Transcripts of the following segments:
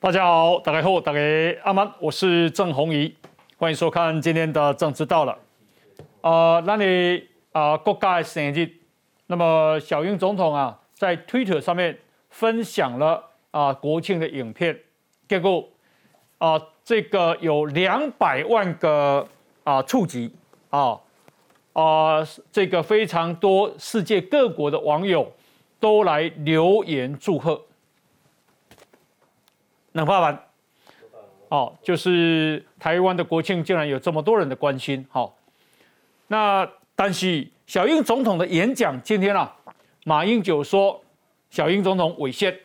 大家好，大家好，大家阿曼，我是郑弘仪，欢迎收看今天的政治到了。那你国家的生日，那么小英总统在 Twitter 上面分享了国庆的影片，结果这个有200万个触及这个非常多世界各国的网友都来留言祝贺。能发完，就是台湾的国庆竟然有这么多人的关心，那但是小英总统的演讲今天马英九说小英总统违宪，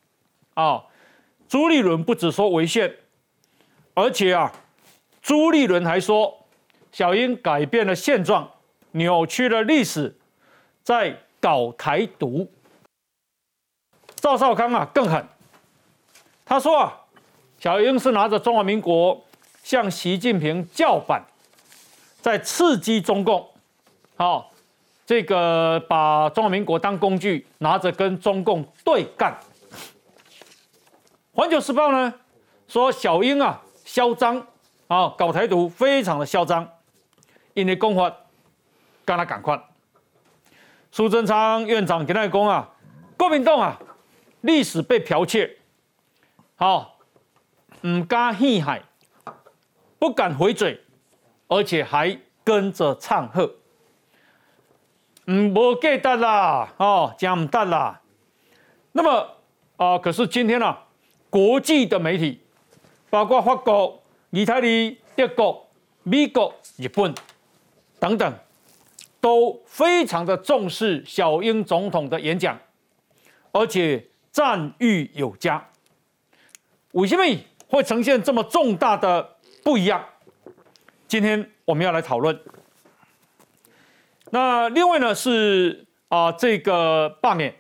朱立伦不只说违宪，而且朱立伦还说小英改变了现状，扭曲了历史，在搞台独。赵少康更狠。他说小英是拿着中华民国向习近平叫板，在刺激中共，这个把中华民国当工具，拿着跟中共对干。环球时报呢说小英嚣张搞台独非常的嚣张，因为讲法跟他赶快。苏贞昌院长跟他讲国民党历史被剽窃。不敢陷害，不敢回嘴，而且还跟着唱和，无记得啦，讲不得啦。那么可是今天国际的媒体，包括法国、意大利、德国、美国、日本等等，都非常的重视小英总统的演讲，而且赞誉有加。为什么会呈现这么重大的不一样？今天我们要来讨论。那另外呢是这个罢免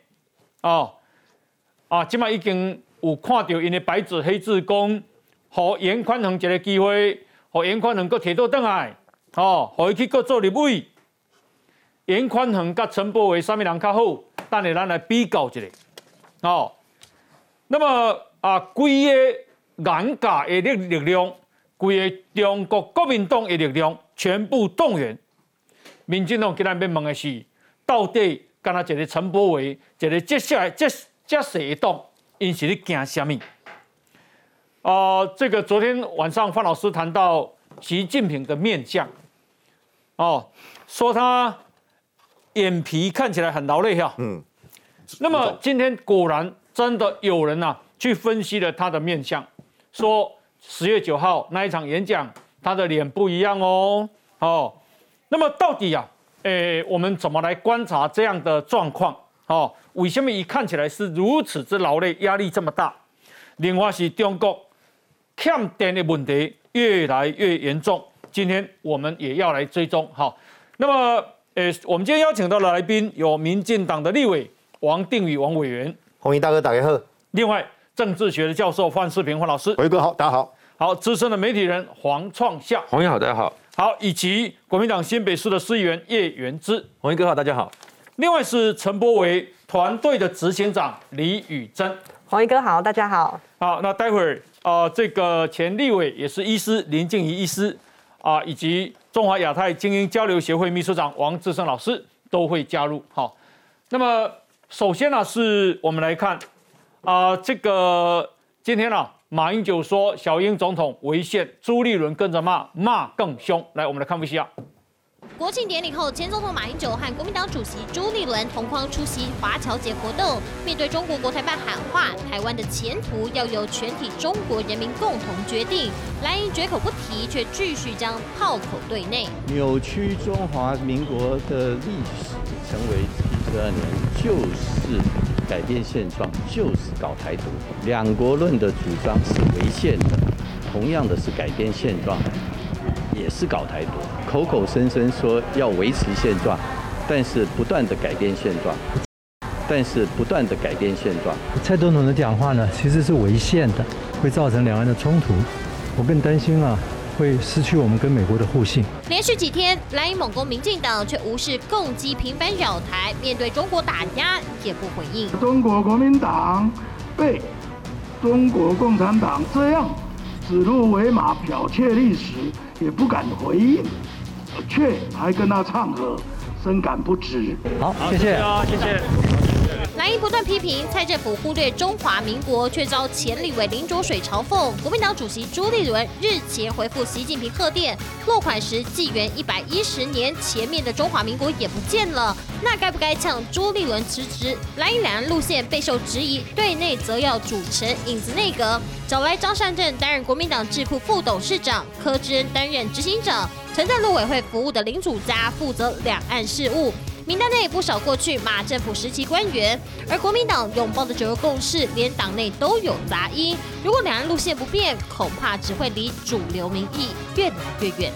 现在已经有看到因为白纸黑字讲，给严宽恒一个机会，给严宽恒搁摕倒转来，给他去搁做立委。严宽恒跟陈柏惟啥物人较好？等下咱来比较一下。那么规个严格的力量，规个中国国民党的力量全部动员。民进党今天要问的是，到底敢若一个陈柏惟，一个接下来这小的党，因是咧惊什么？这个昨天晚上范老师谈到习近平的面相，说他眼皮看起来很劳累那么今天果然真的有人去分析了他的面相，说10月9号那一场演讲，他的脸不一样那么到底我们怎么来观察这样的状况？为什么一看起来是如此之劳累，压力这么大？另外是中国欠电的问题越来越严重，今天我们也要来追踪。那么我们今天邀请到的来宾有民进党的立委王定宇王委员， 弘仪大哥大家好。 另外，政治学的教授范世平范老师， 伟哥好，大家好。 好，资深的媒体人黄创夏， 弘仪好，大家好。 好，以及国民党新北市的市议员叶元之， 弘仪哥好，大家好。 另外是陈柏惟团队的执行长李宇珍， 弘仪哥好，大家好。 好，那待会儿这个前立委也是医师林静怡医师以及中华亚太精英交流协会秘书长王志胜老师都会加入。好，那么首先是我们来看。这个今天马英九说小英总统违宪，朱立伦跟着骂更凶。来，我们来看一下。 国庆典礼后，前总统马英九和国民党主席朱立伦同框出席华侨节活动，面对中国国台办喊话，台湾的前途要由全体中国人民共同决定。蓝营绝口不提，却继续将炮口对内， 扭曲中华民国的历史，成为72年就是改变现状，就是搞台独。两国论的主张是违宪的，同样的是改变现状，也是搞台独。口口声声说要维持现状，但是不断的改变现状， 蔡总统的讲话呢，其实是违宪的，会造成两岸的冲突。我更担心会失去我们跟美国的互信。 连续几天，蓝营猛攻民进党，却无视共机频繁扰台，面对中国打压也不回应。 中国国民党被中国共产党这样指鹿为马、剽窃历史，也不敢回应，却还跟他唱和，深感不值。 好，谢谢， 谢谢。 蓝营不断批评蔡政府忽略中华民国，却遭前立委林濁水嘲讽。国民党主席朱立伦日前回复习近平贺电，落款时纪元110年，前面的中华民国也不见了。那该不该呛朱立伦辞职？蓝营两岸路线备受质疑，对内则要组成影子内阁，找来张善政担任国民党智库副董事长，柯志恩担任执行长，曾在陆委会服务的林祖嘉负责两岸事务。名单内不少过去马政府时期官员，而国民党拥抱的九二共识，连党内都有杂音。如果两岸路线不变，恐怕只会离主流民意越来越远。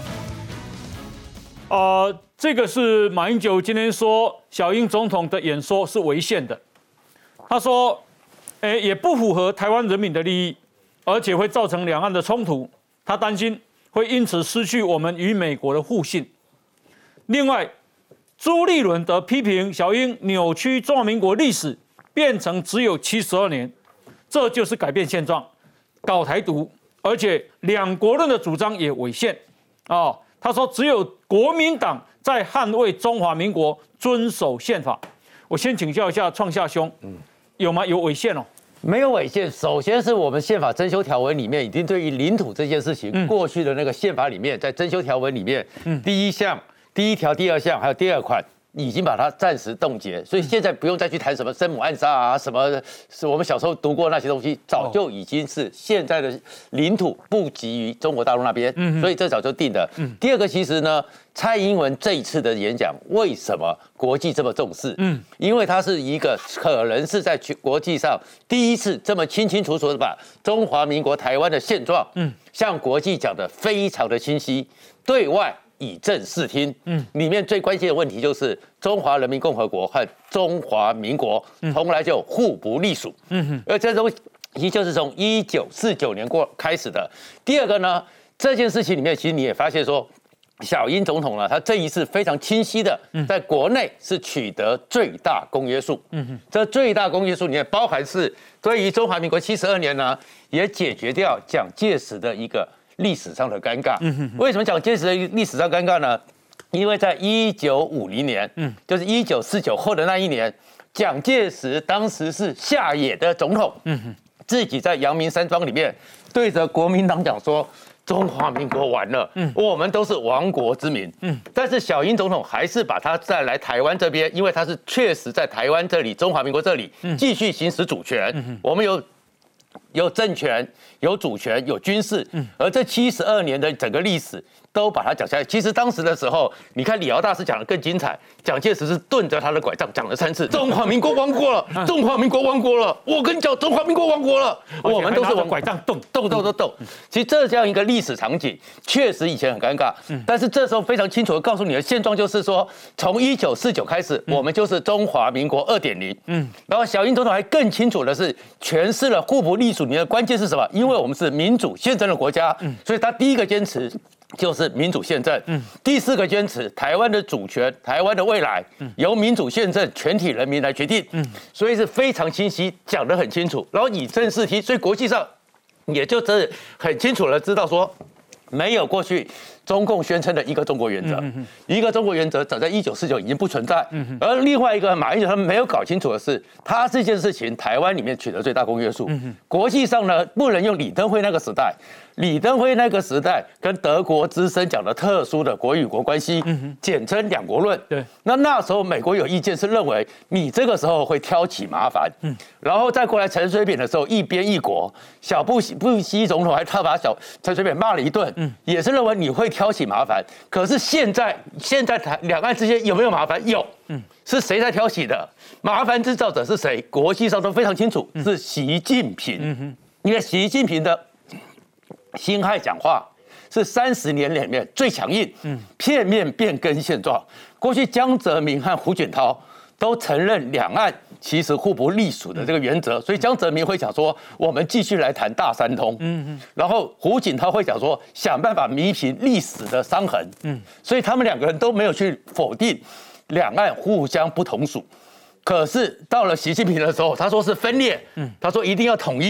这个是马英九今天说小英总统的演说是违宪的，他说，也不符合台湾人民的利益，而且会造成两岸的冲突，他担心会因此失去我们与美国的互信。另外，朱立伦则批评小英扭曲中华民国历史，变成只有72年，这就是改变现状，搞台独，而且两国论的主张也违宪。他说只有国民党在捍卫中华民国，遵守宪法。我先请教一下创夏兄，有吗？有违宪哦？ 没有违宪。首先是我们宪法增修条文里面已经对于领土这件事情，过去的那个宪法里面，在增修条文里面，第一项。第一条、第二项还有第二款已经把它暂时冻结，所以现在不用再去谈什么生母暗杀啊，什么是我们小时候读过那些东西，早就已经是现在的领土不及于中国大陆那边，所以这早就定的。第二个，其实呢，蔡英文这一次的演讲为什么国际这么重视？因为它是一个可能是在国际上第一次这么清清楚楚的把中华民国台湾的现状，向国际讲的非常的清晰，对外以正视听，里面最关键的问题就是中华人民共和国和中华民国从来就互不隶属，而这东西就是从1949年开始的。第二个呢，这件事情里面，其实你也发现说，小英总统呢，他这一次非常清晰的在国内是取得最大公约数，这最大公约数里面包含是对于中华民国72年呢，也解决掉蒋介石的一个历史上的尴尬。为什么蒋介石的历史上尴尬呢？因为在1950年，就是1949后的那一年，蒋介石当时是下野的总统，自己在阳明山庄里面对着国民党讲说，中华民国完了，我们都是亡国之民。但是小英总统还是把他再来台湾这边，因为他是确实在台湾这里，中华民国这里继续行使主权，我们有政权、有主权、有军事，而这72年的整个历史都把它讲下来。其实当时的时候，你看李敖大师讲的更精彩，蒋介石是顿着他的拐杖讲了3次：中华民国亡国了，中华民国亡国了。我跟你讲，中华民国亡国了，我们都是往拐杖动。 其实这样一个历史场景，确实以前很尴尬，但是这时候非常清楚的告诉你的现状就是说，从1949开始，我们就是中华民国2.0。然后小英总统还更清楚的是诠释了互不隶属。你的关键是什么？因为我们是民主宪政的国家，所以他第一个坚持就是民主宪政。第4个坚持台湾的主权、台湾的未来由民主宪政全体人民来决定。所以是非常清晰，讲得很清楚，然后以正视听，所以国际上也就真的很清楚的知道说，没有过去中共宣称的一个中国原则，一个中国原则早在1949已经不存在。而另外一个马英九他们没有搞清楚的是，他这件事情台湾里面取得最大公约数，国际上呢不能用李登辉那个时代。李登辉那个时代跟德国之声讲的特殊的国与国关系，简称两国论。对，那时候美国有意见是认为你这个时候会挑起麻烦，然后再过来陈水扁的时候一边一国，小布希总统还特把陈水扁骂了一顿，也是认为你会挑起麻烦。可是现在两岸之间有没有麻烦？有，是谁在挑起的？麻烦制造者是谁？国际上都非常清楚，是习近平。因为习近平的辛亥讲话是30年里面最强硬，片面变更现状。过去江泽民和胡锦涛都承认两岸其实互不隶属的这个原则，所以江泽民会讲说我们继续来谈大三通，然后胡锦涛会讲说想办法弥平历史的伤痕，所以他们两个人都没有去否定两岸互相不同属。可是到了习近平的时候，他说是分裂，他说一定要统一。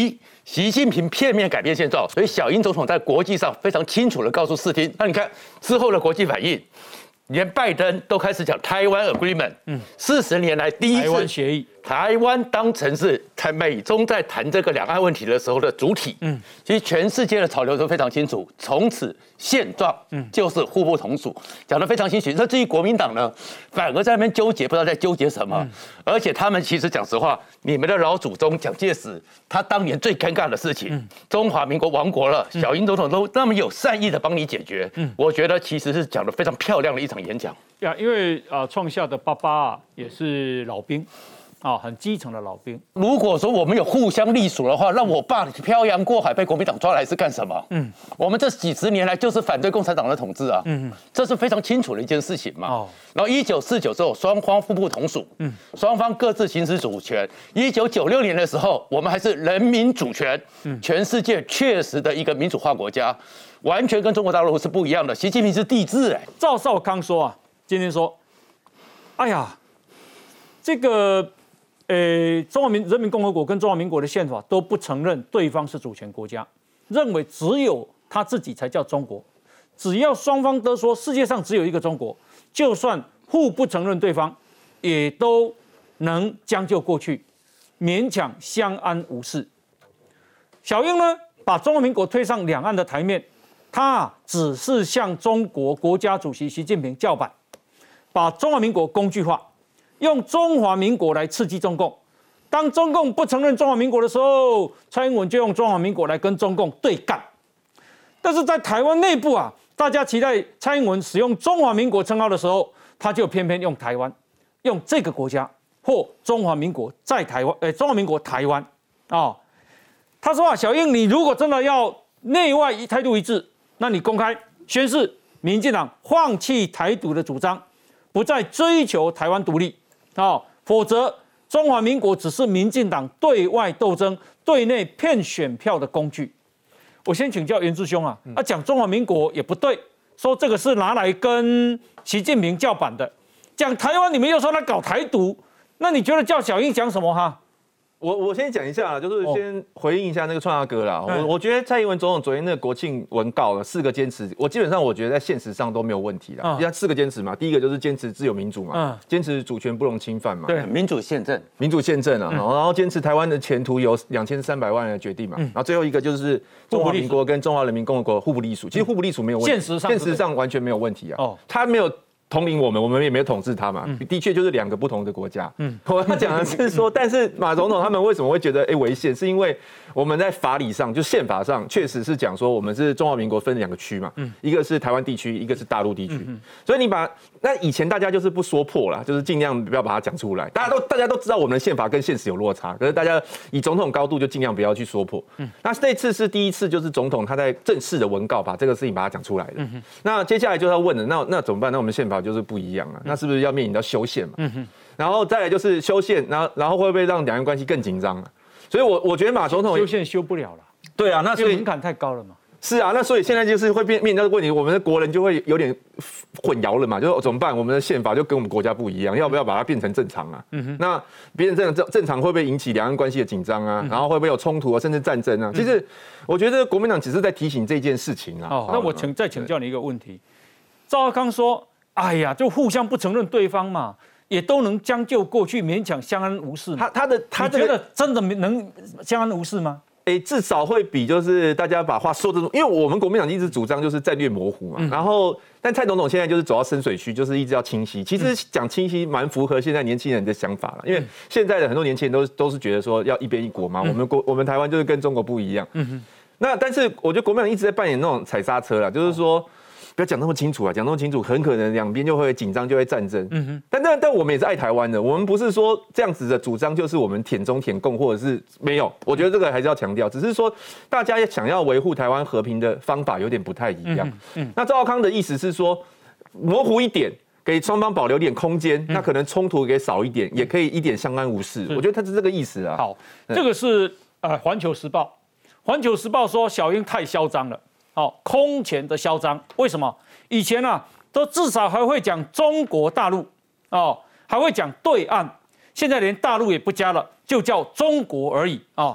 习近平片面改变现状，所以小英总统在国际上非常清楚的告诉视听。那你看之后的国际反应，连拜登都开始讲台湾 agreement，40年来第一次台湾协议， 台湾当成是美中在谈这个两岸问题的时候的主体。其实全世界的潮流都非常清楚，从此现状就是互不统属，讲得非常清楚。那至于国民党呢，反而在那边纠结，不知道在纠结什么。而且他们其实讲实话，你们的老祖宗蒋介石，他当年最尴尬的事情，中华民国亡国了，小英总统都那么有善意的帮你解决。我觉得其实是讲得非常漂亮的一场演讲。 因为创下的爸爸也是老兵。很基层的老兵。 如果说我们有互相隶属的话，让我爸漂洋过海被国民党抓来是干什么？我们这几十年来就是反对共产党的统治啊，这是非常清楚的一件事情嘛。然后1949之后，双方互不统属，双方各自行使主权。1996年的时候，我们还是人民主权，全世界确实的一个民主化国家，完全跟中国大陆是不一样的。习近平是帝制赵少康说今天说，哎呀，这个。中华人民共和国跟中华民国的宪法都不承认对方是主权国家，认为只有他自己才叫中国。只要双方都说世界上只有一个中国，就算互不承认对方，也都能将就过去，勉强相安无事。小英呢，把中华民国推上两岸的台面，他只是向中国国家主席习近平叫板，把中华民国工具化。用中华民国来刺激中共，当中共不承认中华民国的时候，蔡英文就用中华民国来跟中共对干。但是在台湾内部大家期待蔡英文使用中华民国称号的时候，他就偏偏用台湾，用这个国家或中华民国在台湾，中华民国台湾他说小英，你如果真的要内外态度一致，那你公开宣示民进党放弃台独的主张，不再追求台湾独立。否则中华民国只是民进党对外斗争、对内骗选票的工具。我先请教袁志兄讲中华民国也不对，说这个是拿来跟习近平叫板的。讲台湾，你们又说他搞台独，那你觉得叫小英讲什么我先讲一下，就是先回应一下那个创下哥啦。我觉得蔡英文总统昨天那个国庆文告4个坚持，我基本上我觉得在现实上都没有问题啦。你看4个坚持嘛，第一个就是坚持自由民主嘛，坚持主权不容侵犯嘛， 对，民主宪政然后坚持台湾的前途由2300万人的决定嘛，然后最后一个就是中华民国跟中华人民共和国互不隶属。其实互不隶属没有问题，现实上完全没有问题他没有统领我们也没有统治他嘛，的确就是2个不同的国家。我要讲的是说，但是马总统他们为什么会觉得违宪？是因为我们在法理上，就宪法上确实是讲说，我们是中华民国分2个区嘛，一个是台湾地区，一个是大陆地区。所以你把那以前大家就是不说破啦，就是尽量不要把它讲出来。大家都知道我们的宪法跟现实有落差，可是大家以总统高度就尽量不要去说破。那这次是第一次，就是总统他在正式的文告把这个事情把它讲出来的。那接下来就要问了，那怎么办？那我们宪法就是不一样那是不是要面临到修宪嘛？然后再来就是修宪，然后会不会让两岸关系更紧张所以我觉得马总统修宪修不了了。 对啊，那所以门槛太高了嘛。 是啊，那所以现在就是会面临到的问题，我们的国人就会有点混淆了嘛，就是怎么办？我们的宪法就跟我们国家不一样，要不要把它变成正常那变成正常会不会引起两岸关系的紧张然后会不会有冲突甚至战争其实我觉得国民党只是在提醒这件事情那我再请教你一个问题，赵少康说。哎呀，就互相不承认对方嘛，也都能将就过去，勉强相安无事。他觉得真的能相安无事吗？ 至少会比就是大家把话说的，因为我们国民党一直主张就是战略模糊嘛，然后但蔡总统现在就是走到深水区，就是一直要清晰。其实讲清晰蛮符合现在年轻人的想法了，因为现在的很多年轻人都是觉得说要一边一国嘛，我们台湾就是跟中国不一样。那但是我觉得国民党一直在扮演那种踩刹车啦，就是说。不要讲那么清楚讲那么清楚，很可能两边就会紧张，就会战争。但我们也是爱台湾的，我们不是说这样子的主张就是我们舔中舔共，或者是没有。我觉得这个还是要强调，只是说大家想要维护台湾和平的方法有点不太一样。那赵少康的意思是说，模糊一点，给双方保留点空间，那可能冲突给少一点，也可以一点相安无事。我觉得他是这个意思好，这个是环球时报，环球时报说小英太嚣张了。空前的嚣张，为什么？以前都至少还会讲中国大陆，还会讲对岸，现在连大陆也不加了，就叫中国而已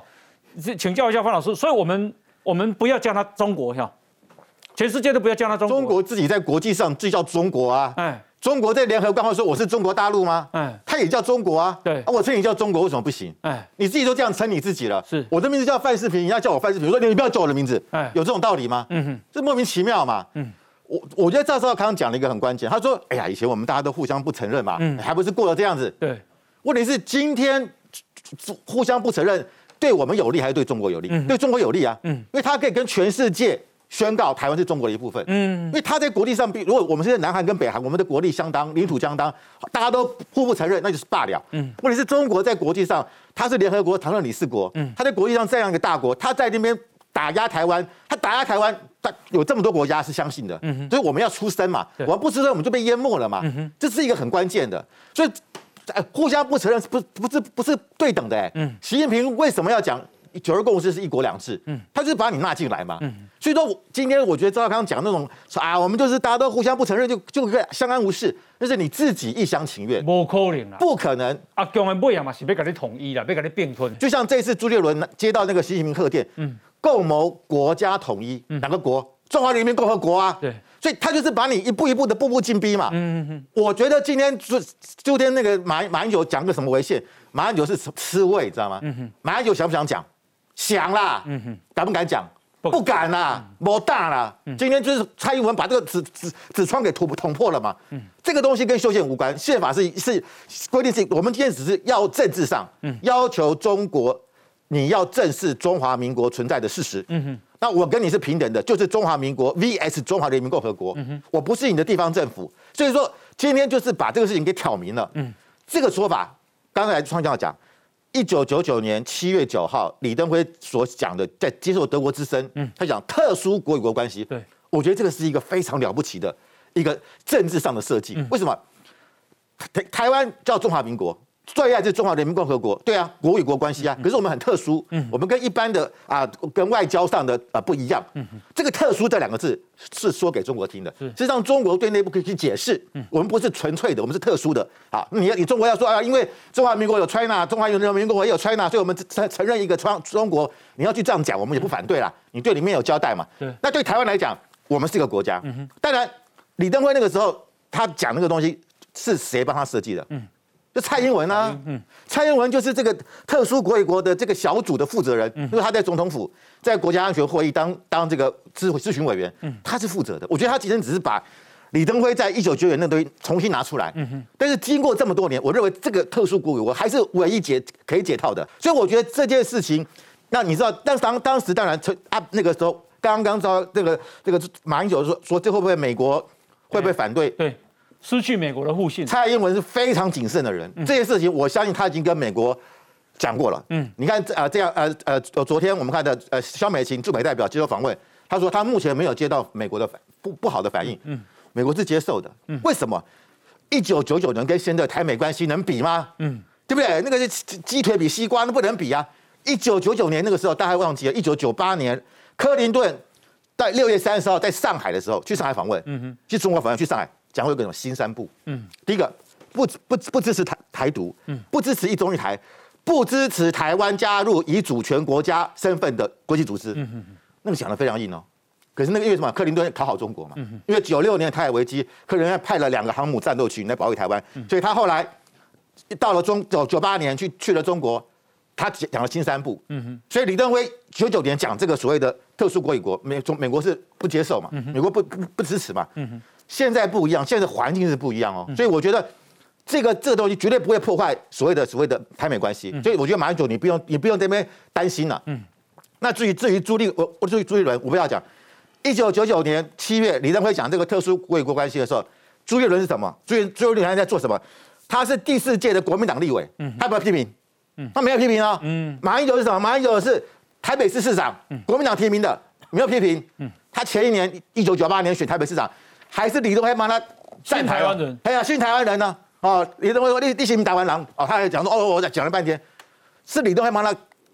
请教一下范老师，所以我们不要叫它中国哈，全世界都不要叫它中国。 中国自己在国际上就叫中国啊。中国在联合国说我是中国大陆吗？他也叫中国啊。对，我称你叫中国为什么不行？你自己都这样称你自己了。是，我的名字叫范世平，你要叫我范世平，我说你不要叫我的名字。有这种道理吗？这莫名其妙嘛。我觉得赵少康讲了一个很关键，他说：“哎呀，以前我们大家都互相不承认嘛，还不是过了这样子？”对。问题是今天互相不承认，对我们有利还是对中国有利？对中国有利啊。因为他可以跟全世界宣告台湾是中国的一部分。因为他在国际上，如果我们现在南韩跟北韩，我们的国力相当，领土相当，大家都互不承认，那就是罢了。问题是中国在国际上，他是联合国常任理事国，他在国际上这样一个大国，他在那边打压台湾，他打压台湾，有这么多国家是相信的，所以我们要出声嘛，我们不出声我们就被淹没了嘛，这是一个很关键的，所以互相不承认不是对等的。习近平为什么要讲九二共识是一国两制？他就是把你纳进来嘛。所以说今天我觉得赵少康讲那种说我们就是大家都互相不承认就可以相安无事，那是你自己一厢情愿， 不可能啦， 不可能。 共产党嘛是要跟你统一啦，要跟你并吞。 就像这次朱立伦接到那个习近平贺电，共谋国家统一，哪个国？中华人民共和国啊。对。所以他就是把你一步一步的步步进逼嘛。我觉得今天那个马英九讲个什么违宪，马英九是吃味，知道吗？马英九想不想讲？想啦。敢不敢讲？不敢啦，没大啦。今天就是蔡英文把这个纸窗给捅破了嘛。这个东西跟修宪无关，宪法是规定是，我们今天只是要政治上要求中国，你要正视中华民国存在的事实。那我跟你是平等的，就是中华民国 vs 中华人民共和国。我不是你的地方政府，所以说今天就是把这个事情给挑明了。这个说法，刚才创教讲，1999年7月9号，李登辉所讲的，在接受德国之声，他讲特殊国与国关系。对，我觉得这个是一个非常了不起的一个政治上的设计。为什么？台湾叫中华民国。最爱是中华人民共和国，对啊，国与国关系啊。可是我们很特殊，我们跟一般的跟外交上的不一样。这个特殊这两个字是说给中国听的，实际上中国对内部可以去解释，我们不是纯粹的，我们是特殊的。你中国要说因为中华民国有 China， 中华人民共和国也有 China， 所以我们承认一个中国，你要去这样讲，我们也不反对啦。你对里面有交代嘛？那对台湾来讲，我们是一个国家。当然，李登辉那个时候他讲那个东西是谁帮他设计的？就蔡英文啊，蔡英文就是这个特殊国与国的这个小组的负责人，就是他在总统府，在国家安全会议当这个咨询委员，他是负责的。我觉得他其实只是把李登辉在1999年那东西重新拿出来，但是经过这么多年，我认为这个特殊国与国还是唯一可以解套的。所以我觉得这件事情，那你知道，当时当然那个时候刚知道这个马英九说这会不会美国会不会反对？ 对。失去美国的互信， 蔡英文是非常谨慎的人。这件事情，我相信他已经跟美国讲过了。你看这样昨天我们看的萧美琴驻美代表接受访问，他说他目前没有接到美国的不好的反应。美国是接受的。为什么？1999年跟现在台美关系能比吗？对不对？那个是鸡腿比西瓜，那不能比啊。1999年那个时候，大家忘记了，1998年克林顿在6月30号在上海的时候去上海访问，去中国访问去上海。讲会有个什么新3不？第一个不支持台独，不支持一中一台，不支持台湾加入以主权国家身份的国际组织。那个讲得非常硬哦。可是那个因为什么？克林顿讨好中国嘛。因为96年台海危机，克林顿派了2个航母战斗群来保卫台湾，所以他后来到了98年去了中国，他讲了新3不。所以李登辉99年讲这个所谓的特殊国与国，美国是不接受嘛，美国不支持嘛。现在不一样，现在的环境是不一样哦，所以我觉得这个东西绝对不会破坏所谓的台美关系，所以我觉得马英九你不用这边担心了。那至于朱立伦，我不要讲。1999年7月，李登辉讲这个特殊国与国关系的时候，朱立伦是什么？朱立伦在做什么？他是第4届的国民党立委，他不要批评，他没有批评啊。马英九是什么？马英九是台北市市长，国民党提名的，没有批评。他前一年1998年选台北市长。还是李登辉帮他站台湾人， 哎呀，训台湾人呢？李登辉说你是台湾人他还讲说我讲了半天，是李登辉帮他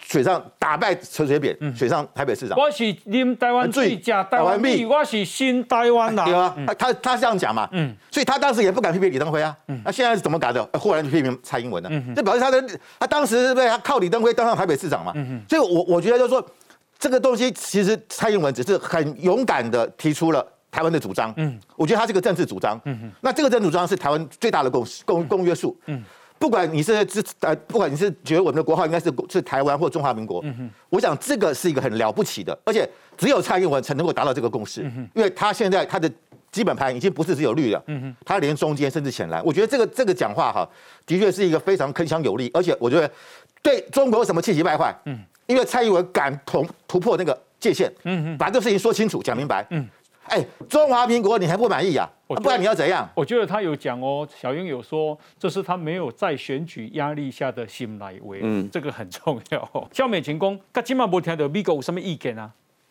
水上打败陈水扁，选上台北市长。 我是啉台湾水，吃台湾米，我是新台湾人。 对啊，他这样讲嘛，所以他当时也不敢批评李登辉啊。那现在是怎么改的？忽然批评蔡英文了，这表示他当时对他靠李登辉当上台北市长嘛。所以我觉得就是说，这个东西其实蔡英文只是很勇敢的提出了台湾的主张。我觉得他是个政治主张。那这个政治主张是台湾最大的公约数。不管你是觉得我们的国号应该是台湾或中华民国，我想这个是一个很了不起的，而且只有蔡英文才能够达到这个共识，因为他现在他的基本盘已经不是只有绿了，他连中间甚至浅蓝，我觉得这个讲话哈，的确是一个非常铿锵有力，而且我觉得对中国有什么气急败坏，因为蔡英文敢突破那个界限，把这个事情说清楚讲明白，中华民国你还不满意啊？不然你要怎样？ 我觉得他有讲哦，小英有说，这是他没有在选举压力下的心来为，这个很重要。萧美琴讲，他今晚没听到美国有什么意见啊？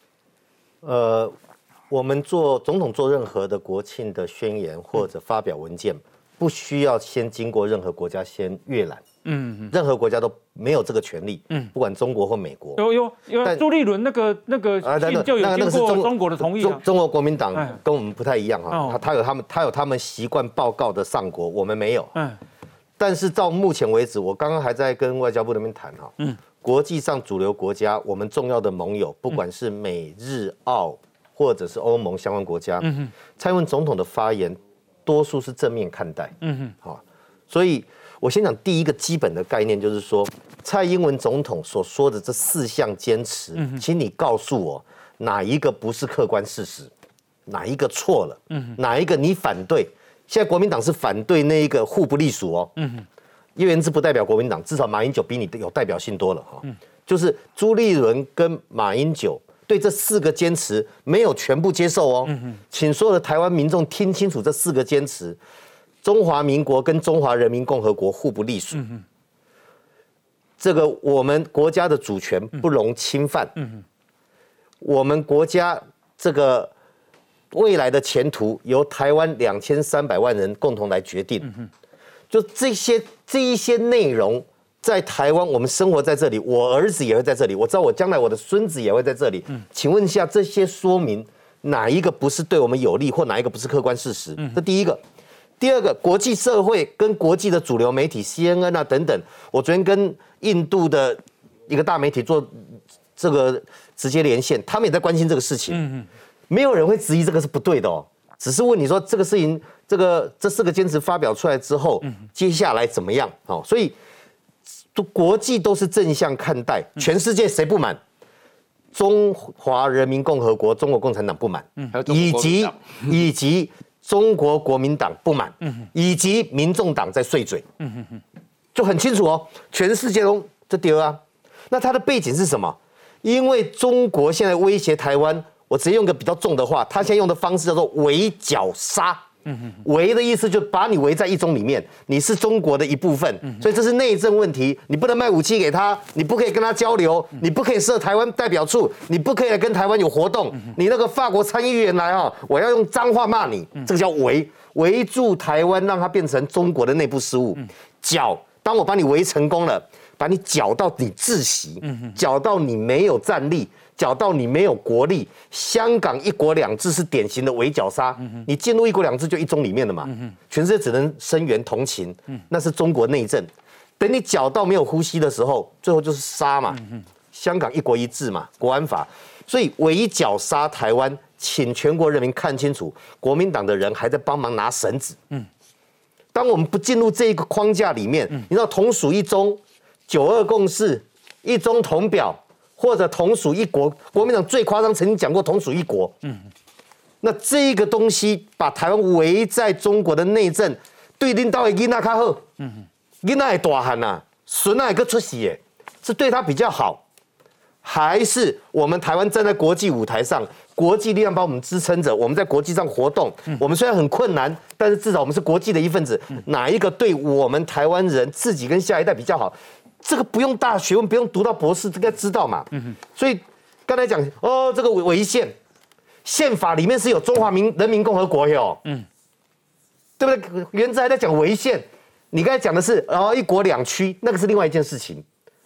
我们总统做任何的国庆的宣言或者发表文件，不需要先经过任何国家先阅览。任何国家都没有这个权利，不管中国或美国。 因为朱立伦那个信就有经过中国的同意啊。 中国国民党跟我们不太一样哈，他有他们习惯报告的上国，我们没有。但是到目前为止，我刚刚还在跟外交部那边谈哈，国际上主流国家，我们重要的盟友，不管是美日澳或者是欧盟相关国家，蔡英文总统的发言多数是正面看待。好，所以。我先讲第一个基本的概念，就是说蔡英文总统所说的这4项坚持，请你告诉我哪一个不是客观事实，哪一个错了，哪一个你反对？现在国民党是反对那一个互不隶属哦，叶元之不代表国民党，至少马英九比你有代表性多了哈。就是朱立伦跟马英九对这4个坚持没有全部接受哦，请所有的台湾民众听清楚这4个坚持。中华民国跟中华人民共和国互不隶属，这个我们国家的主权不容侵犯，我们国家这个未来的前途由台湾2300万人共同来决定，就这一些内容，在台湾我们生活在这里，我儿子也会在这里，我知道我将来我的孙子也会在这里，请问一下，这些说明哪一个不是对我们有利，或哪一个不是客观事实？这第一个。第二个，国际社会跟国际的主流媒体 CNN 啊等等，我昨天跟印度的一个大媒体做这个直接连线，他们也在关心这个事情。没有人会质疑这个是不对的哦，只是问你说这个事情，这4个坚持发表出来之后，接下来怎么样？好，所以国际都是正向看待，全世界谁不满？中华人民共和国、中国共产党不满，以及中国国民党不满，以及民众党在碎嘴，就很清楚哦，全世界都这丢啊。那它的背景是什么？因为中国现在威胁台湾，我直接用个比较重的话，他现在用的方式叫做围剿杀。围的意思就是把你围在一中里面，你是中国的一部分，所以这是内政问题，你不能卖武器给他，你不可以跟他交流，你不可以设台湾代表处，你不可以跟台湾有活动，你那个法国参议员来啊，我要用脏话骂你，这个叫围住台湾，让它变成中国的内部事务。剿，当我把你围成功了，把你剿到你窒息，剿到你没有战力。搅到你没有国力，香港1国2制是典型的围剿杀，你进入1国2制就一中里面了嘛，全世界只能声援同情，那是中国内政。等你搅到没有呼吸的时候，最后就是杀嘛，香港1国1制嘛，国安法，所以围剿杀台湾，请全国人民看清楚，国民党的人还在帮忙拿绳子。当我们不进入这一个框架里面，你知道同属一中、9·2共识、一中同表。或者同属一国，国民党最夸张，曾经讲过同属一国。那这个东西把台湾围在中国的内政，对领导的囡仔较好，囡仔会大汉呐，孙仔会个出息耶，是对他比较好，还是我们台湾站在国际舞台上，国际力量把我们支撑着，我们在国际上活动，我们虽然很困难，但是至少我们是国际的一份子，哪一个对我们台湾人自己跟下一代比较好？这个不用大学问，不用读到博士，应该知道嘛。所以刚才讲哦，这个违宪，宪法里面是有中华人民共和国哟，对不对？原则还在讲违宪，你刚才讲的是1国2区，那个是另外一件事情。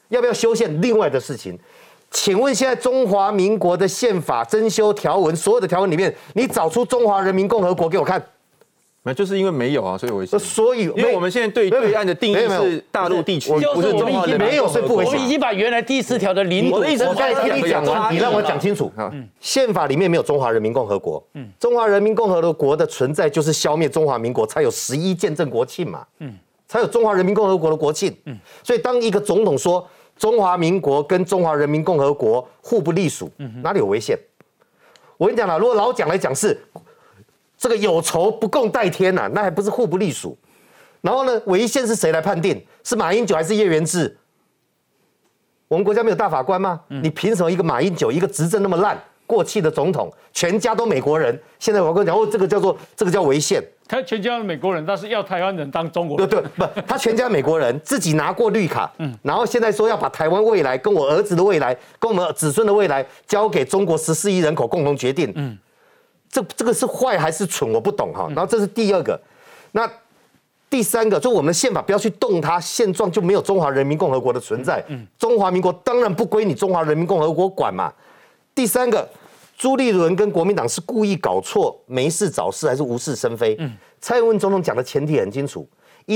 要不要修宪，另外的事情。请问现在中华民国的宪法增修条文，所有的条文里面，你找出中华人民共和国给我看？ 那就是因为没有啊，所以危险。 所以， 因为我们现在对岸的定义是大陆地区，不是中华人民共和国。 我们已经把原来第4条的领土， 我刚才听你讲完，你让我讲清楚。宪法里面没有中华人民共和国，中华人民共和国的存在就是消灭中华民国，才有11建政国庆嘛，才有中华人民共和国的国庆。所以当一个总统说中华民国跟中华人民共和国互不隶属，哪里有违宪？我跟你讲了，如果老蒋来讲是这个有仇不共戴天呐，那还不是互不隶属？然后呢，违宪是谁来判定？是马英九还是叶元之？我们国家没有大法官吗？你凭什么一个马英九，一个执政那么烂、过气的总统，全家都美国人？现在我跟你讲，哦，这个叫违宪。 他全家美国人，但是要台湾人当中国人。 对，不，他全家美国人，自己拿过绿卡，然后现在说要把台湾未来跟我儿子的未来，跟我们子孙的未来交给中国14亿人口共同决定。这个是坏还是蠢，我不懂哈。然后这是第二个，那第三个，就我们的宪法不要去动它，现状就没有中华人民共和国的存在。中华民国当然不归你中华人民共和国管嘛。第三个。朱立伦跟国民党是故意搞错，没事找事还是无事生非？蔡英文总统讲的前提很清楚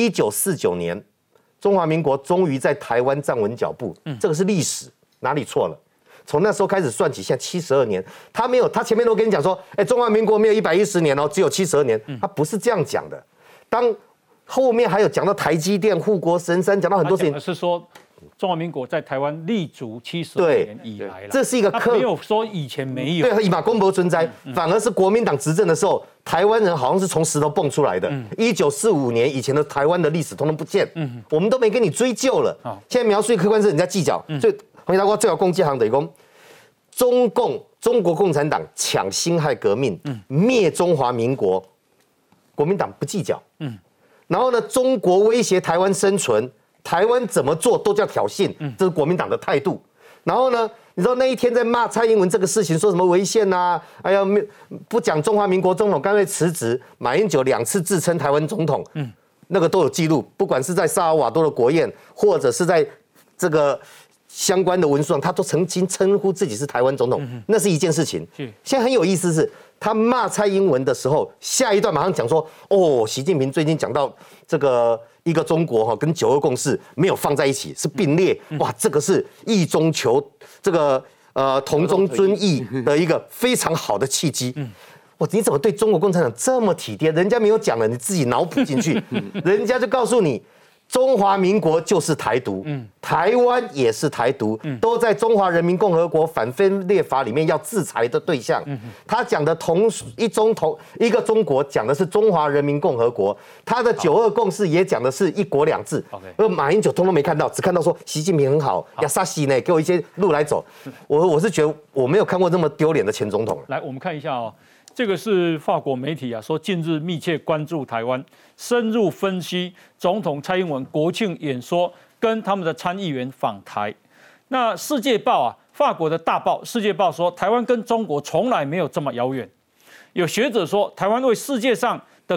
，1949年，中华民国终于在台湾站稳脚步，这个是历史，哪里错了？从那时候开始算起，现在72年，他没有，他前面都跟你讲说，中华民国没有110年哦，只有72年，他不是这样讲的。当后面还有讲到台积电、护国神山，讲到很多事情， 是说。中华民国在台湾立足70年以来了， 这是一个没有说以前没有。 对，以马公伯存在，反而是国民党执政的时候，台湾人好像是从石头蹦出来的。1945年以前的台湾的历史统统不见，我们都没跟你追究了。现在描述客观是人家计较，所以洪大哥最好攻击行等于讲，中国共产党抢辛亥革命，灭中华民国，国民党不计较。然后呢，中国威胁台湾生存。台湾怎么做都叫挑衅，这是国民党的态度。然后呢，你知道那一天在骂蔡英文这个事情，说什么违宪呐？哎呀，不讲中华民国总统，干脆辞职。马英九2次自称台湾总统，那个都有记录，不管是在萨尔瓦多的国宴，或者是在这个相关的文书上，他都曾经称呼自己是台湾总统，那是一件事情。现在很有意思是，他骂蔡英文的时候，下一段马上讲说，哦，习近平最近讲到这个。一个中国哈跟9·2共识没有放在一起，是并列。哇，这个是异中求这个同中尊异的一个非常好的契机。哇，你怎么对中国共产党这么体贴？人家没有讲了，你自己脑补进去，人家就告诉你。中华民国就是台独，台湾也是台独，都在中华人民共和国反分裂法里面要制裁的对象。他讲的一个中国讲的是中华人民共和国，他的9·2共识也讲的是一国两制。而马英九通通没看到，只看到说习近平很好，亚萨西呢给我一些路来走。我是觉得我没有看过这么丢脸的前总统。 来，我们看一下哦。这个是法国媒体说近日密切关注台湾，深入分析总统蔡英文国庆演说跟他们的参议员访台。那《世界报》法国的大报《世界报》说，台湾跟中国从来没有这么遥远。有学者说，台湾为世界上的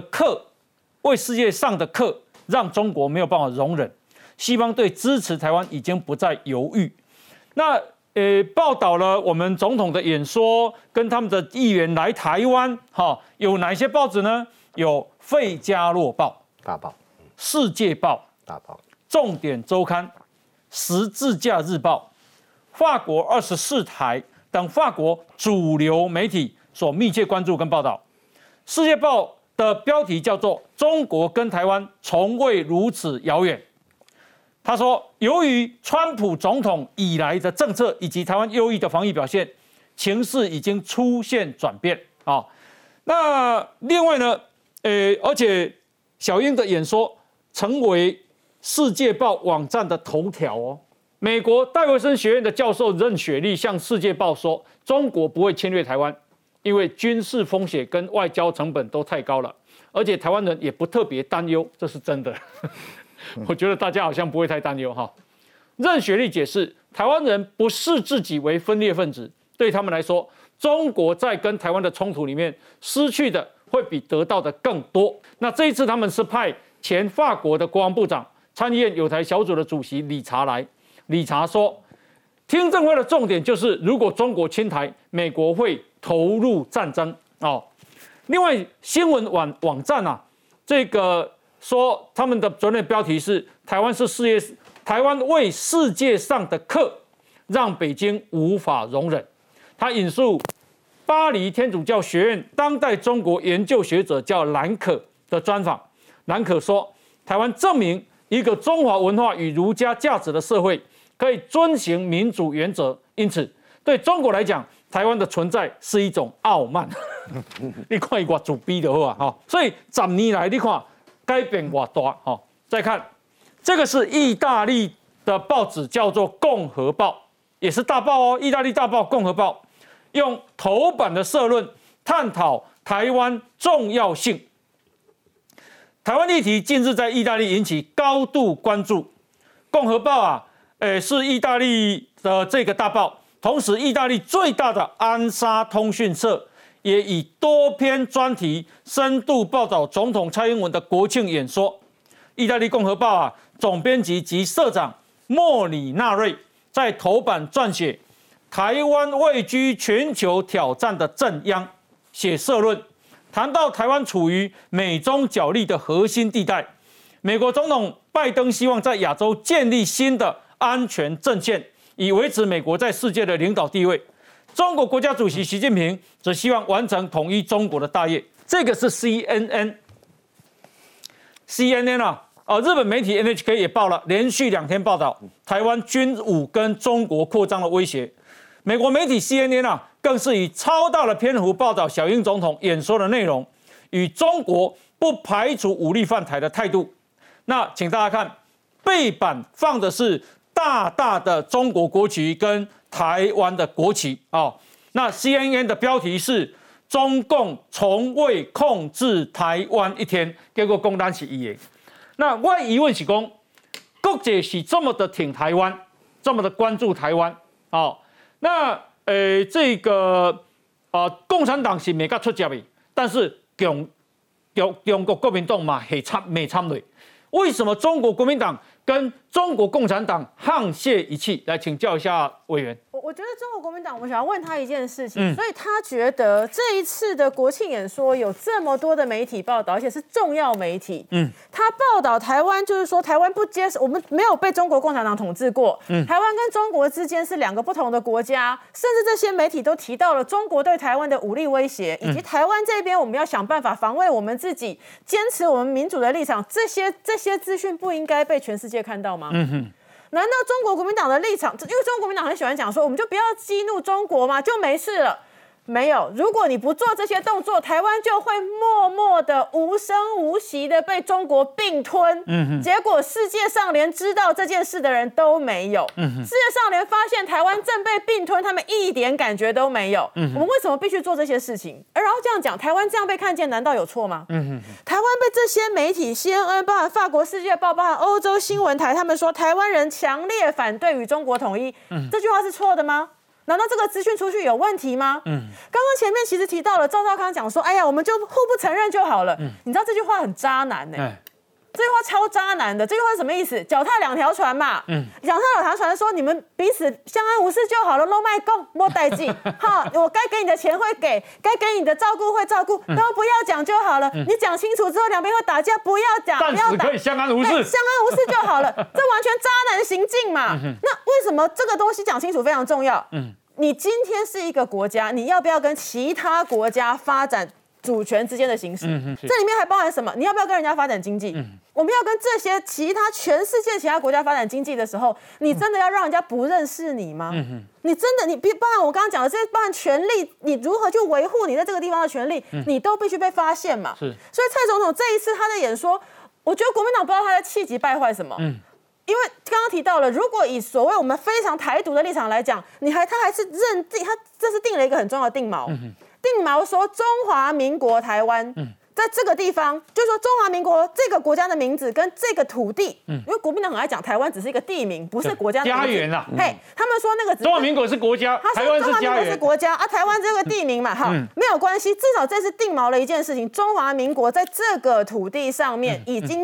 客让中国没有办法容忍，西方对支持台湾已经不再犹豫。那报道了我们总统的演说，跟他们的议员来台湾，有哪些报纸呢？有《费加洛报》 大报， 《世界报》 大报， 《重点周刊》、《十字架日报》、法国24台等法国主流媒体所密切关注跟报道。《世界报》的标题叫做“中国跟台湾从未如此遥远”。他说，由于川普总统以来的政策以及台湾优异的防疫表现，情势已经出现转变啊。那另外呢，而且小英的演说成为《世界报》网站的头条哦。美国戴维森学院的教授任雪莉向《世界报》说，中国不会侵略台湾，因为军事风险跟外交成本都太高了，而且台湾人也不特别担忧，这是真的。我觉得大家好像不会太担忧哈。任雪莉解释，台湾人不视自己为分裂分子，对他们来说，中国在跟台湾的冲突里面失去的会比得到的更多。那这一次他们是派前法国的国防部长、参议院友台小组的主席理查来， 理查说，听证会的重点就是如果中国侵台，美国会投入战争哦。另外，新闻网站啊，这个说他们的昨天的标题是台湾为世界上的客，让北京无法容忍。他引述巴黎天主教学院当代中国研究学者叫兰可的专访，兰可说，台湾证明一个中华文化与儒家价值的社会可以遵循民主原则，因此对中国来讲，台湾的存在是一种傲慢。你看伊多自卑就好啊，哈！所以10年来你看改变多大，哈！再看这个是意大利的报纸，叫做《共和报》，也是大报哦，意大利大报《共和报》用头版的社论探讨台湾重要性。台湾议题近日在意大利引起高度关注，《共和报》啊，是意大利的这个大报，同时意大利最大的安莎通讯社也以多篇专题深度报道总统蔡英文的国庆演说。意大利《共和报》啊，总编辑及社长莫里纳瑞在头版撰写台湾位居全球挑战的震央，写社论谈到台湾处于美中角力的核心地带，美国总统拜登希望在亚洲建立新的安全阵线，以维持美国在世界的领导地位。中国国家主席习近平则希望完成统一中国的大业。这个是 CNN 啊，日本媒体 NHK 也报了，连续2天报道台湾军武跟中国扩张的威胁。美国媒体 CNN 啊，更是以超大的篇幅报道小英总统演说的内容，与中国不排除武力犯台的态度。那请大家看，背板放的是大大的中国国旗跟台湾的国旗哦。那 CNN 的标题是中共从未控制台湾一天，结果讲咱是伊的。那我疑问是讲，国际是这么的挺台湾，这么的关注台湾哦。那这个共产党是没甲出接的，但是中国国民党嘛没参与。为什么中国国民党跟中国共产党沆瀣一气？来请教一下委员。 我觉得中国国民党，我想要问他一件事情，所以他觉得这一次的国庆演说有这么多的媒体报道，而且是重要媒体，他报道台湾，就是说台湾不接受，我们没有被中国共产党统治过，台湾跟中国之间是2个不同的国家，甚至这些媒体都提到了中国对台湾的武力威胁，以及台湾这边我们要想办法防卫我们自己，坚持我们民主的立场，这些资讯不应该被全世界看到吗？难道中国国民党的立场，因为中国国民党很喜欢讲说，我们就不要激怒中国嘛，就没事了？没有，如果你不做这些动作，台湾就会默默的、无声无息的被中国并吞。结果世界上连知道这件事的人都没有，世界上连发现台湾正被并吞，他们一点感觉都没有。我们为什么必须做这些事情？然后这样讲，台湾这样被看见，难道有错吗？台湾被这些媒体 CNN， 包含法国《世界报》，包含欧洲新闻台，他们说台湾人强烈反对与中国统一，这句话是错的吗？难道这个资讯出去有问题吗？刚刚前面其实提到了赵少康讲说，哎呀，我们就互不承认就好了。你知道这句话很渣男呢、这句话超渣男的。这句话是什么意思？脚踏2条船嘛。脚踏2条船说你们彼此相安无事就好了，都卖讲没代志。哈，我该给你的钱会给，该给你的照顾会照顾，都不要讲就好了。你讲清楚之后，2边会打架，不要讲，不要打， 可以相安无事， 相安无事就好了。这完全渣男行径嘛。那为什么这个东西讲清楚非常重要？你今天是一个国家，你要不要跟其他国家发展主权之间的形式？这里面还包含什么？你要不要跟人家发展经济？我们要跟这些全世界其他国家发展经济的时候，你真的要让人家不认识你吗？你真的，你包含我刚刚讲的这些，包含权利，你如何去维护你在这个地方的权利，你都必须被发现嘛。所以蔡总统这一次他的演说，我觉得国民党不知道他在气急败坏什么。因为刚刚提到了，如果以所谓我们非常台独的立场来讲，他还是认定他这是定了一个很重要的定锚，定锚说中华民国台湾在这个地方，就是说中华民国这个国家的名字跟这个土地，因为国民党很爱讲台湾只是一个地名，不是国家的名字家园啊。 嘿，他们说那个中华民国是国家，台湾是家园。中华民国是国家啊，台湾这个地名嘛，好，没有关系，至少这次定锚了一件事情，中华民国在这个土地上面已经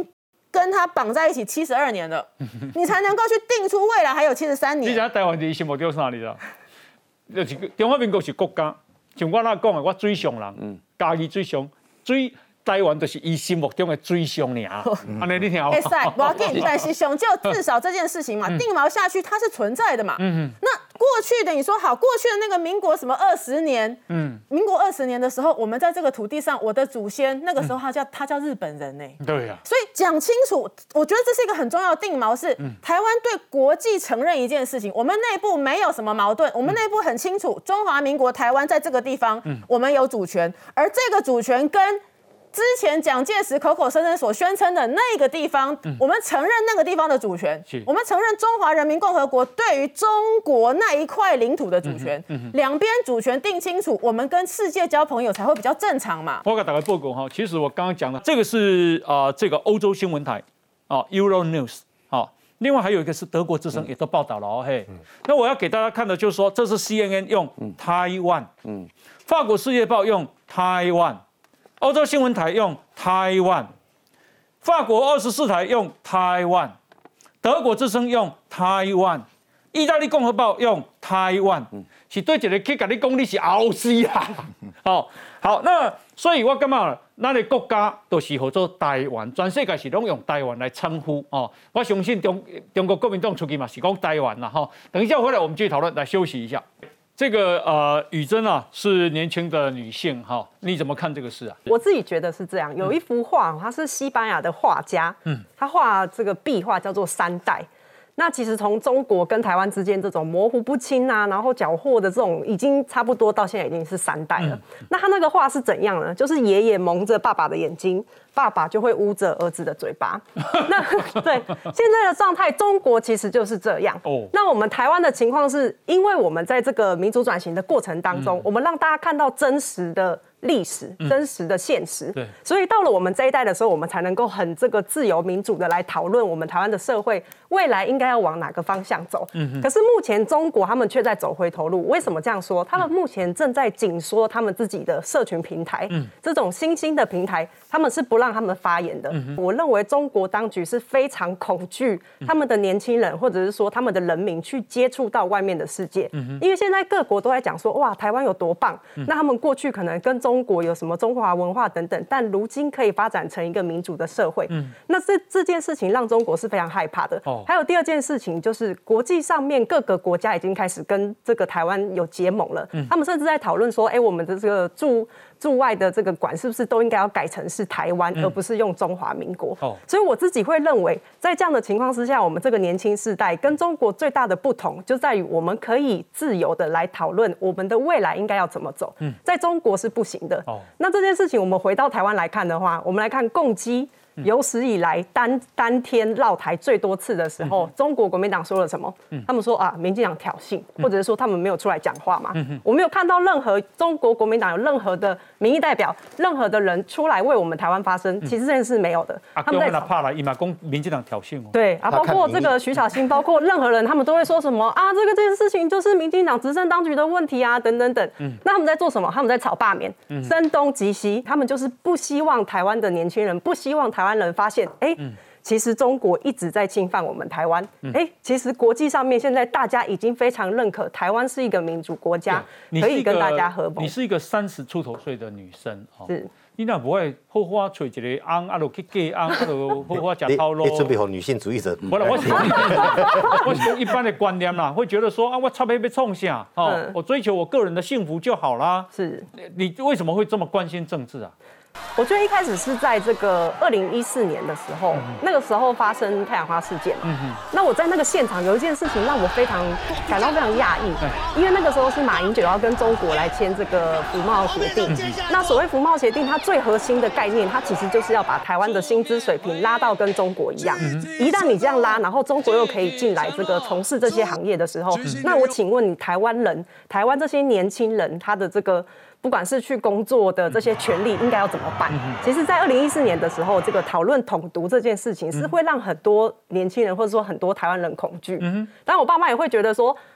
跟他绑在一起72年了，你才能够去定出未来还有73年。 你讲台湾的心目中啥？你知道？就是中华民国是国家，像我那讲的，我水上人，家己水上水。台湾就是伊心目中的最上尔，安尼你听好。 会使，不要紧，但是上就至少这件事情嘛，定锚下去它是存在的嘛。那过去的你说好，过去的那个民国什么20年，民国20年的时候，我们在这个土地上，我的祖先那个时候他叫日本人呢。 对呀。 所以讲清楚，我觉得这是一个很重要的定锚，是台湾对国际承认一件事情，我们内部没有什么矛盾，我们内部很清楚，中华民国台湾在这个地方，我们有主权，而这个主权跟之前蒋介石口口声声所宣称的那个地方，我们承认那个地方的主权，我们承认中华人民共和国对于中国那一块领土的主权，两边主权定清楚，我们跟世界交朋友才会比较正常嘛。 我给大家报告哈，其实我刚刚讲的这个是这个欧洲新闻台Euro News 另外还有一个是德国之声也都报道了哦嘿。那我要给大家看的就是说，这是 CNN 用台湾，法国世界报用台湾。欧洲新闻台用台湾，法国24台用台湾，德国之声用台湾，意大利共和报用台湾，是对一个去跟你讲你是后世啦。好，那所以我感觉咱的国家都是叫做台湾，全世界是拢用台湾来称呼我相信中国国民党出去嘛是讲台湾啦等一下回来我们继续讨论，来休息一下。这个宇珍是年轻的女性你怎么看这个事啊？ 我自己觉得是这样，有一幅画，它是西班牙的画家，他画这个壁画叫做3代。那其实从中国跟台湾之间这种模糊不清然后缴获的这种，已经差不多到现在已经是3代了。那他那个画是怎样呢？就是爷爷蒙着爸爸的眼睛，爸爸就会捂着儿子的嘴巴。那对现在的状态，中国其实就是这样。那我们台湾的情况是，因为我们在这个民主转型的过程当中，我们让大家看到真实的历史、真实的现实。所以到了我们这一代的时候，我们才能够很这个自由民主的来讨论我们台湾的社会未来应该要往哪个方向走。可是目前中国他们却在走回头路。为什么这样说？他们目前正在紧缩他们自己的社群平台，这种新兴的平台，他们是不让他们发言的。我认为中国当局是非常恐惧他们的年轻人，或者是说他们的人民去接触到外面的世界。因为现在各国都在讲说，哇，台湾有多棒。那他们过去可能跟中国有什么中华文化等等，但如今可以发展成一个民主的社会。那这件事情让中国是非常害怕的。还有第二件事情就是国际上面各个国家已经开始跟这个台湾有结盟了。他们甚至在讨论说，我们的这个驻外的这个馆是不是都应该要改成是台湾，而不是用中华民国。所以我自己会认为，在这样的情况之下，我们这个年轻世代跟中国最大的不同就在于，我们可以自由的来讨论我们的未来应该要怎么走。在中国是不行的。那这件事情我们回到台湾来看的话，我们来看共机有史以来单天绕台最多次的时候，中国国民党说了什么？他们说民进党挑衅，或者是说他们没有出来讲话嘛。我没有看到任何中国国民党有任何的民意代表，任何的人出来为我们台湾发声。其实这件事没有的。他们在怕了， 民进党挑衅对包括这个徐小新，包括任何人，他们都会说什么这件事情就是民进党执政当局的问题等等等。那他们在做什么？他们在炒罢免，声东击西。他们就是不希望台湾的年轻人，不希望台湾人发现，其实中国一直在侵犯我们台湾。其实国际上面现在大家已经非常认可台湾是一个民主国家，可以跟大家合盟。 你是一个30出头岁的女生，是。你那不会好好找一个翁，就去嫁翁，就好好吃头路。 你准备好女性主义者？ 不啦，我是一般的观念啦，会觉得说我差别被冲下，我追求我个人的幸福就好啦。 是。 你为什么会这么关心政治啊？ 我觉得一开始是在这个2014年的时候，那个时候发生太阳花事件嘛。那我在那个现场有一件事情让我感到非常讶异，因为那个时候是马英九要跟中国来签这个服贸协定。那所谓服贸协定，它最核心的概念，它其实就是要把台湾的薪资水平拉到跟中国一样。一旦你这样拉，然后中国又可以进来这个从事这些行业的时候，那我请问你，台湾这些年轻人，他的这个不管是去工作的这些权利应该要怎么办？其实，在2014年的时候，这个讨论统独这件事情是会让很多年轻人或者说很多台湾人恐惧。当然，我爸妈也会觉得说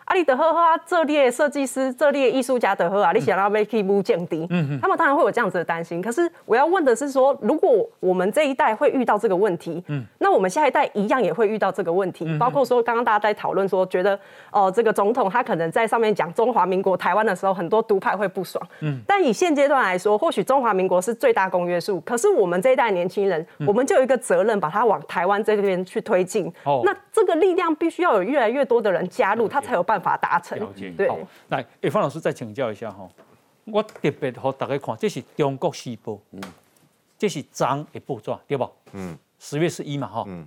你的好啊，这列设计师、这列艺术家的好啊，你想要被去污降低，他们当然会有这样子的担心。可是我要问的是说，如果我们这一代会遇到这个问题，那我们下一代一样也会遇到这个问题。包括说，刚刚大家在讨论说，觉得这个总统他可能在上面讲中华民国台湾的时候，很多独派会不爽。但以现阶段来说，或许中华民国是最大公约数，可是我们这一代年轻人，我们就有一个责任，把它往台湾这边去推进。那这个力量必须要有越来越多的人加入，他才有办法达成。 对，来，方老师再请教一下哈，我特别给大家看，这是中国时报，这是昨的报纸，对不？10月11嘛，哈，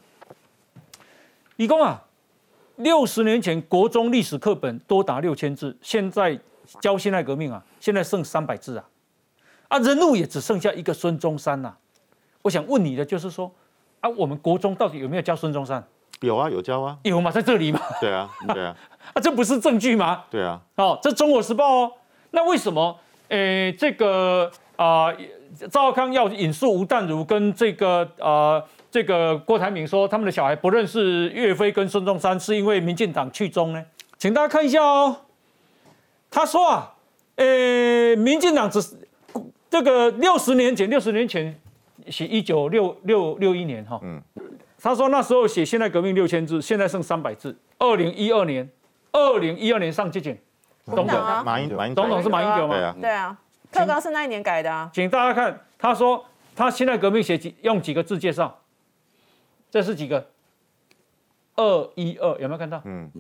伊讲啊，60年前国中历史课本多达6000字，现在教辛亥革命啊，现在剩300字啊，人物也只剩下一个孙中山呐。我想问你的就是说，我们国中到底有没有教孙中山？ 有啊，有教啊， 有嘛，在这里嘛。 对啊，对啊， 这不是证据吗？ 对啊， 这《中国时报》哦。那为什么这个赵少康要引述吴淡如跟这个郭台铭说他们的小孩不认识岳飞跟孙中山，是因为民进党去中呢？请大家看一下哦。他说啊，民进党只是这个60年前是1961年哈。他说那时候写辛亥革命6000字，现在剩300字。2012年上届选总统， 马英总统是马英九吗？ 对啊，课纲是那一年改的啊。 请大家看，他说他辛亥革命用几个字介绍？这是几个？212有没有看到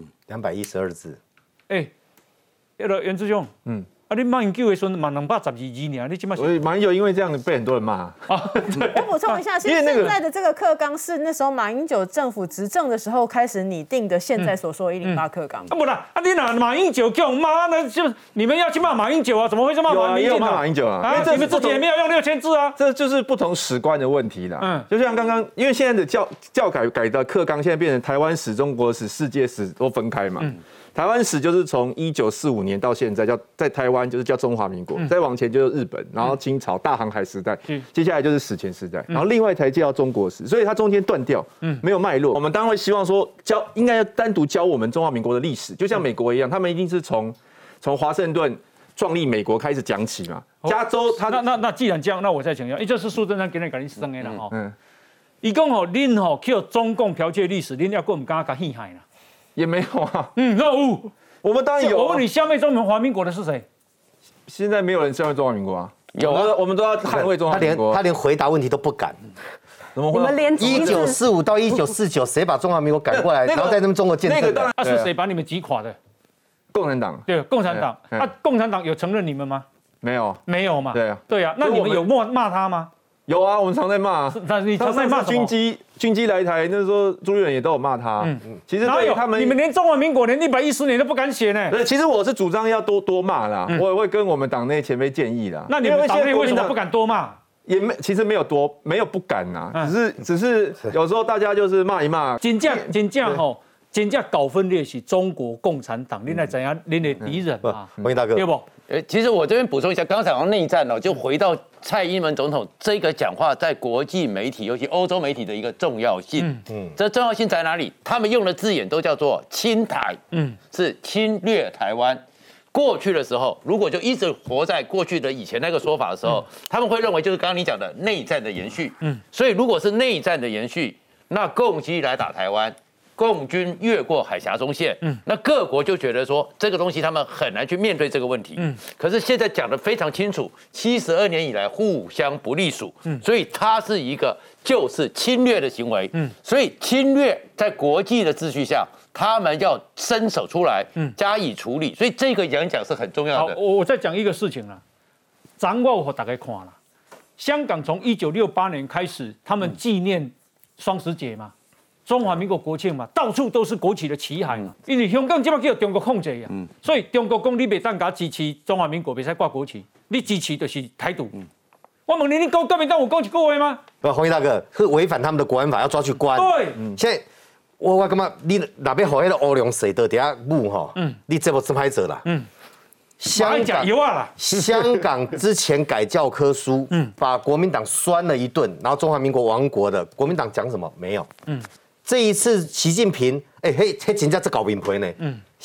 ？212字。 袁志兄，你马英九的时候嘛212年，你今麦。 所以马英九因为这样被很多人骂。 我补充一下，现在的这个课纲是那时候马英九政府执政的时候开始拟定的，现在所说的108课纲。 不啦，你哪马英九叫骂，那就你们要去骂马英九啊？怎么会是骂马英九？ 骂马英九啊？ 你们自己也没有用6000字啊？ 这就是不同史观的问题啦。就像刚刚，因为现在的教改的课纲，现在变成台湾史、中国史、世界史都分开嘛。台湾史就是从1945年到现在在台湾就是叫中华民国，再往前就是日本，然后清朝大航海时代，接下来就是史前时代，然后另外才叫中国史，所以它中间断掉，没有脉络。我们当然会希望说应该要单独教我们中华民国的历史，就像美国一样，他们一定是从华盛顿创立美国开始讲起嘛。加州那既然这样，那我再请教，这是苏贞昌今天给你生的啦哈。伊讲恁去中共剽窃历史，恁要过唔敢甲陷害啦？ 也没有啊， 那我们当然有。 我问你，消灭中华民国的是谁？ 现在没有人消灭中华民国啊， 有啊， 我们都要捍卫中华民国。 他连回答问题都不敢。 怎么会？ 你们连 1945到1949，谁把中华民国赶过来，然后在那边中国建设？ 那是谁把你们击垮的？ 共产党。 对，共产党。共产党有承认你们吗？ 没有， 没有嘛。 对啊。 那你们有骂他吗？ 有啊，我们常在骂。 但是你常在骂什么？ 军机来台，那时候朱立伦也都有骂他。其实对他们， 你们连中华民国连110年都不敢写呢。 其实我是主张要多骂啦，我也会跟我们党内前辈建议啦。 那你们党内为什么不敢多骂？ 其实没有不敢呐，只是有时候大家就是骂一骂。真正搞分裂是中国共产党，你来怎样？你的敌人嘛？ 黄大哥， 对不？ 其实我这边补充一下，刚才讲到内战就回到蔡英文总统这个讲话在国际媒体，尤其欧洲媒体的一个重要性。这重要性在哪里？他们用的字眼都叫做侵台，是侵略台湾。过去的时候，如果就一直活在过去的以前那个说法的时候，他们会认为就是刚刚你讲的内战的延续。所以如果是内战的延续，那共机来打台湾。共军越过海峡中线，那各国就觉得说这个东西他们很难去面对这个问题。可是现在讲得非常清楚，72年以来互相不隶属，所以它是一个就是侵略的行为。所以侵略在国际的秩序下，他们要伸手出来加以处理。所以这个演讲是很重要的。 好，我再讲一个事情啦，掌握我大概看了，香港从1968年开始，他们纪念双十节嘛。中华民国国庆嘛，到处都是国旗的旗海嘛，因为香港即摆叫中国控制呀，所以中国讲你袂当甲支持中华民国，袂使挂国旗，你支持就是台独。我问你，你国民党有讲一句话吗？ 黄毅大哥是违反他们的国安法，要抓去关。 对， 现在我感觉你哪边好那个欧良谁的底下幕哈，你这么真拍者啦。香港之前改教科书，把国民党酸了一顿，然后中华民国亡国的国民党讲什么？没有。这一次习近平，嘿，真正在搞民培呢。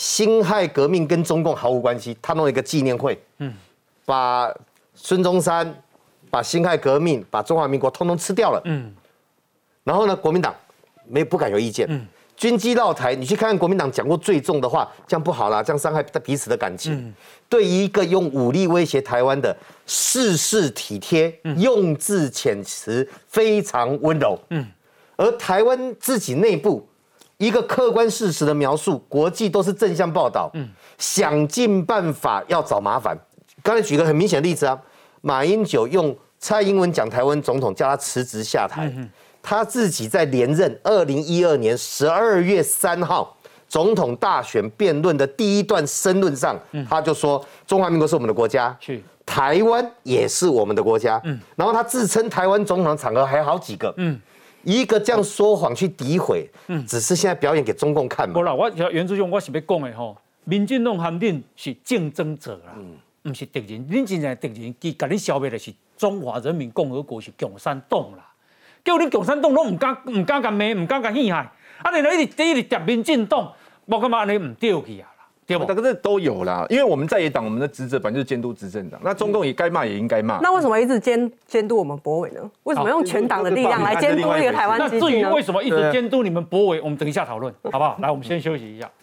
辛亥革命跟中共毫无关系，他弄了一个纪念会，把孙中山、把辛亥革命、把中华民国通通吃掉了，然后呢，国民党不敢有意见，军机绕台，你去看看国民党讲过最重的话，这样不好啦，这样伤害彼此的感情。对于一个用武力威胁台湾的，事事体贴，用字遣词非常温柔。而台湾自己内部一个客观事实的描述，国际都是正向报道，想尽办法要找麻烦。刚才举个很明显的例子啊，马英九用蔡英文讲台湾总统，叫他辞职下台。他自己在连任2012年12月3号总统大选辩论的第一段申论上，他就说中华民国是我们的国家，台湾也是我们的国家。然后他自称台湾总统的场合还有好几个。一个这样说谎去诋毁，只是现在表演给中共看嘛。 不啦，我袁志雄，我是要讲的吼，民进党和恁是竞争者啦，不是敌人。恁真正敌人，佮你消灭的是中华人民共和国，是共产党啦。叫你共产党拢唔敢甲骂，唔敢甲陷害，啊！你一直夹民进党，我感觉安尼唔对去啊啦，对不？ 但是都有啦，因为我们在野党，我们的职责本来就是监督执政党，那中共也该骂也应该骂。 那为什么一直监督我们国委呢？为什么用全党的力量来监督一个台湾基金呢？ 那至于为什么一直监督你们国委，我们等一下讨论，好不好？来，我们先休息一下。